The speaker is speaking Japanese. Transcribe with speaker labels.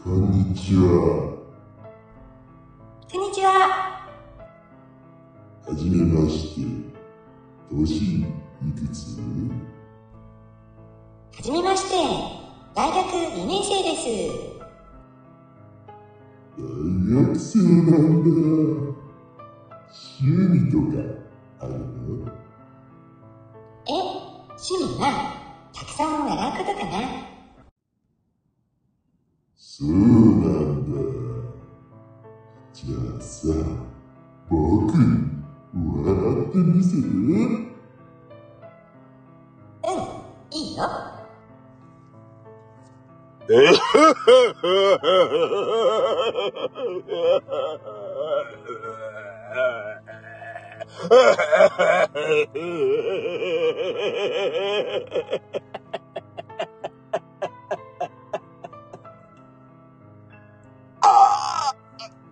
Speaker 1: こんにちは。
Speaker 2: こんにちは。
Speaker 1: はじめまして。年いくつ？
Speaker 2: はじめまして。大学2年生です。
Speaker 1: 大学生なんだ。趣味とかあるの？
Speaker 2: 趣味はたくさん笑うことかな。
Speaker 1: そうなんだ。じゃあさ、僕に笑ってみせて。
Speaker 2: いいよ。